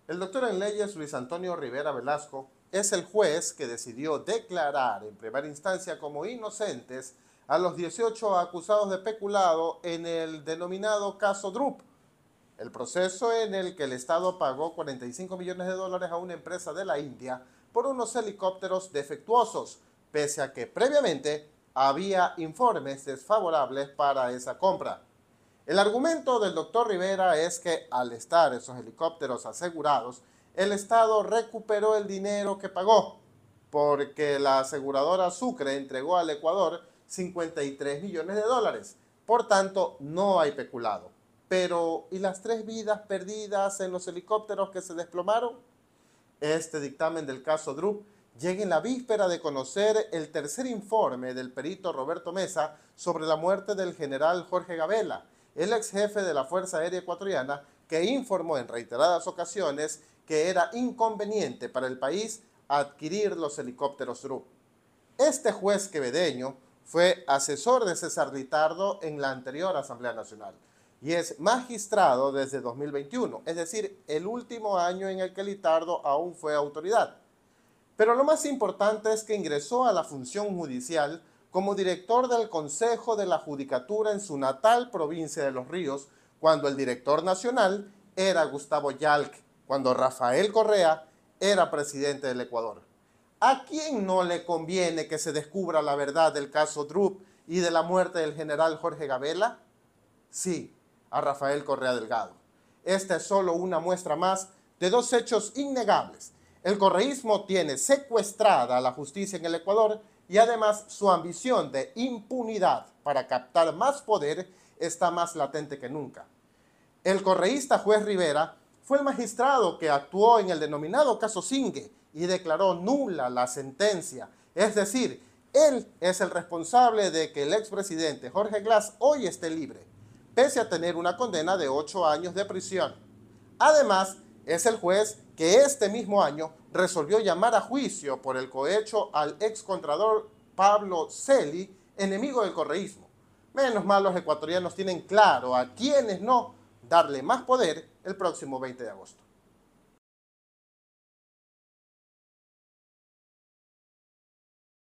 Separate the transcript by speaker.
Speaker 1: El doctor en leyes Luis Antonio Rivera Velasco es el juez que decidió declarar en primera instancia como inocentes a los 18 acusados de peculado en el denominado caso Drup, el proceso en el que el Estado pagó 45 millones de dólares a una empresa de la India por unos helicópteros defectuosos, pese a que previamente había informes desfavorables para esa compra. El argumento del doctor Rivera es que al estar esos helicópteros asegurados, el Estado recuperó el dinero que pagó, porque la aseguradora Sucre entregó al Ecuador 53 millones de dólares. Por tanto, no hay peculado. Pero, ¿y las 3 vidas perdidas en los helicópteros que se desplomaron? Este dictamen del caso Drup llega en la víspera de conocer el tercer informe del perito Roberto Mesa sobre la muerte del general Jorge Gabela, el ex jefe de la Fuerza Aérea Ecuatoriana, que informó en reiteradas ocasiones que era inconveniente para el país adquirir los helicópteros Drup. Este juez quevedeño fue asesor de César Litardo en la anterior Asamblea Nacional y es magistrado desde 2021, es decir, el último año en el que Litardo aún fue autoridad. Pero lo más importante es que ingresó a la función judicial como director del Consejo de la Judicatura en su natal provincia de Los Ríos, cuando el director nacional era Gustavo Yalc, cuando Rafael Correa era presidente del Ecuador. ¿A quién no le conviene que se descubra la verdad del caso Drup y de la muerte del general Jorge Gabela? Sí, a Rafael Correa Delgado. Esta es solo una muestra más de dos hechos innegables. El correísmo tiene secuestrada a la justicia en el Ecuador y además su ambición de impunidad para captar más poder está más latente que nunca. El correísta juez Rivera fue el magistrado que actuó en el denominado caso Singue y declaró nula la sentencia. Es decir, él es el responsable de que el expresidente Jorge Glass hoy esté libre, pese a tener una condena de 8 años de prisión. Además, es el juez que este mismo año resolvió llamar a juicio por el cohecho al excontrador Pablo Celi, enemigo del correísmo. Menos mal los ecuatorianos tienen claro a quienes no darle más poder el próximo 20 de agosto.